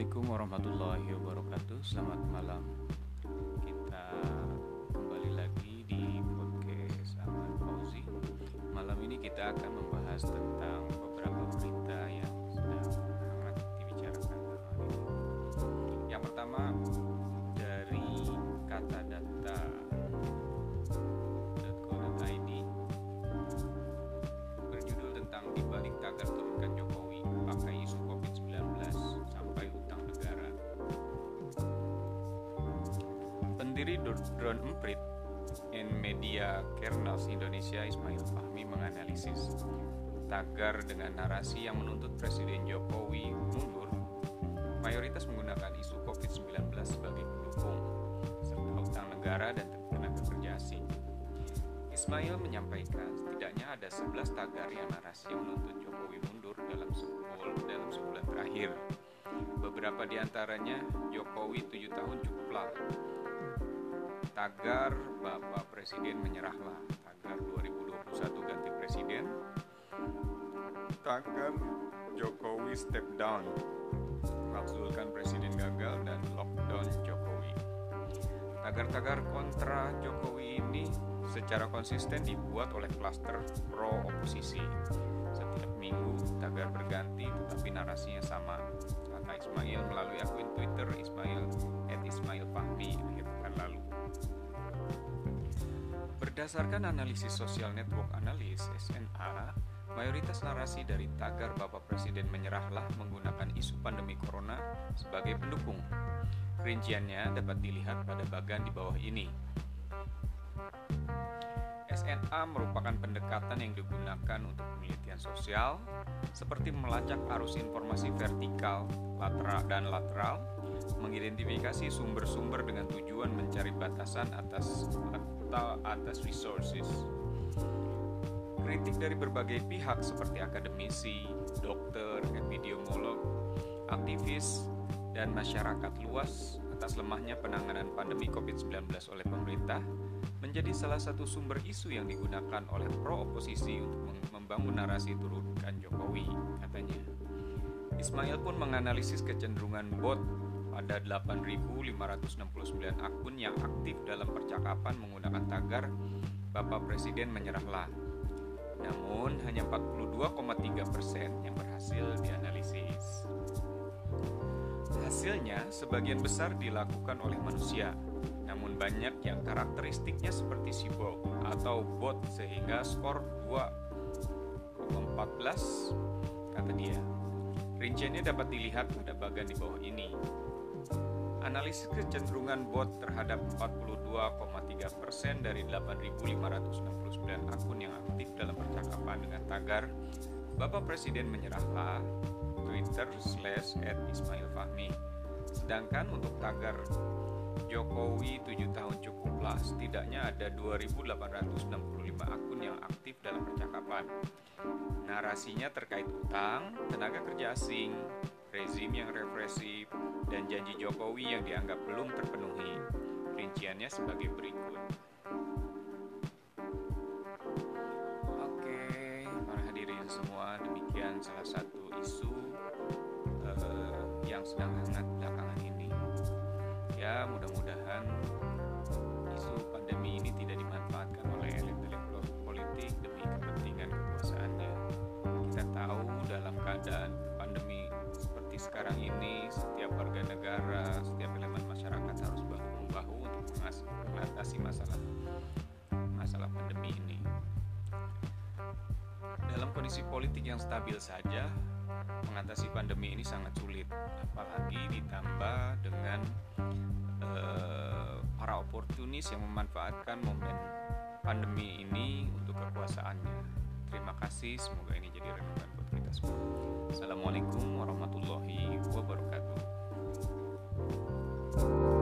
Assalamualaikum warahmatullahi wabarakatuh. Selamat malam. Kita kembali lagi di podcast Ahmad Fauzi. Malam ini kita akan membahas tentang beberapa berita yang sedang hangat dibicarakan malam ini. Yang pertama dari katadata.co.id berjudul tentang dibalik tagar turunkan Jokowi, pakai isu COVID-19 sampai utang negara. Pendiri Drone Emprit and Media Kernels Indonesia Ismail Fahmi menganalisis tagar dengan narasi yang menuntut Presiden Jokowi mundur mayoritas menggunakan isu COVID-19 sebagai pendukung serta utang negara dan tenaga kerja asing. Ismail menyampaikan setidaknya ada 11 tagar yang narasi yang menuntut Jokowi mundur dalam sebulan terakhir. Beberapa di antaranya, Jokowi 7 tahun cukuplah. Tagar Bapak Presiden menyerahlah. Tagar 2021 ganti presiden. Tagar Jokowi step down. Makzulkan presiden gagal dan lockdown Jokowi. Tagar-tagar kontra Jokowi ini secara konsisten dibuat oleh klaster pro oposisi. Setiap minggu tagar berganti tetapi narasinya sama, kata Ismail melalui akun Twitter Ismail Fahmi akhir pekan lalu. Berdasarkan analisis Social Network Analyst (SNA), mayoritas narasi dari tagar Bapak Presiden menyerahlah menggunakan isu pandemi corona sebagai pendukung. Rinciannya dapat dilihat pada bagan di bawah ini. SNA merupakan pendekatan yang digunakan untuk penelitian sosial, seperti melacak arus informasi vertikal, lateral, mengidentifikasi sumber-sumber dengan tujuan mencari batasan atas resources. Kritik dari berbagai pihak seperti akademisi, dokter, epidemiolog, aktivis, dan masyarakat luas atas lemahnya penanganan pandemi COVID-19 oleh pemerintah menjadi salah satu sumber isu yang digunakan oleh pro-oposisi untuk membangun narasi turunkan Jokowi, katanya. Ismail pun menganalisis kecenderungan bot pada 8.569 akun yang aktif dalam percakapan menggunakan tagar Bapak Presiden menyerahlah. Namun, hanya 42,3% yang berhasil dianalisis. Hasilnya, sebagian besar dilakukan oleh manusia, namun banyak yang karakteristiknya seperti cyborg atau bot sehingga skor 2,14, kata dia. Rinciannya dapat dilihat pada bagan di bawah ini. Analisis kecenderungan bot terhadap 42,3% dari 8.569 akun yang aktif dalam percakapan dengan tagar Bapak Presiden menyerahlah Twitter/@Ismail Fahmi. Sedangkan untuk tagar Jokowi 7 tahun cukuplah, setidaknya ada 2.865 akun yang aktif dalam percakapan. Narasinya terkait utang, tenaga kerja asing, rezim yang represif, dan janji Jokowi yang dianggap belum terpenuhi. Rinciannya sebagai berikut. Oke, para hadirin semua, demikian salah satu isu yang sedang hangat belakangan ini. Ya, mudah-mudahan isu pandemi ini tidak dimanfaatkan oleh elit-elit politik demi kepentingan kekuasaannya. Kita tahu dalam keadaan pandemi seperti sekarang ini, setiap warga negara, setiap elemen masyarakat harus bahu-membahu untuk mengatasi masalah pandemi ini. Dalam kondisi politik yang stabil saja, mengatasi pandemi ini sangat sulit, apalagi ditambah dengan para oportunis yang memanfaatkan momen pandemi ini untuk kekuasaannya. Terima kasih, semoga ini jadi renungan buat kita semua. Assalamualaikum warahmatullahi wabarakatuh.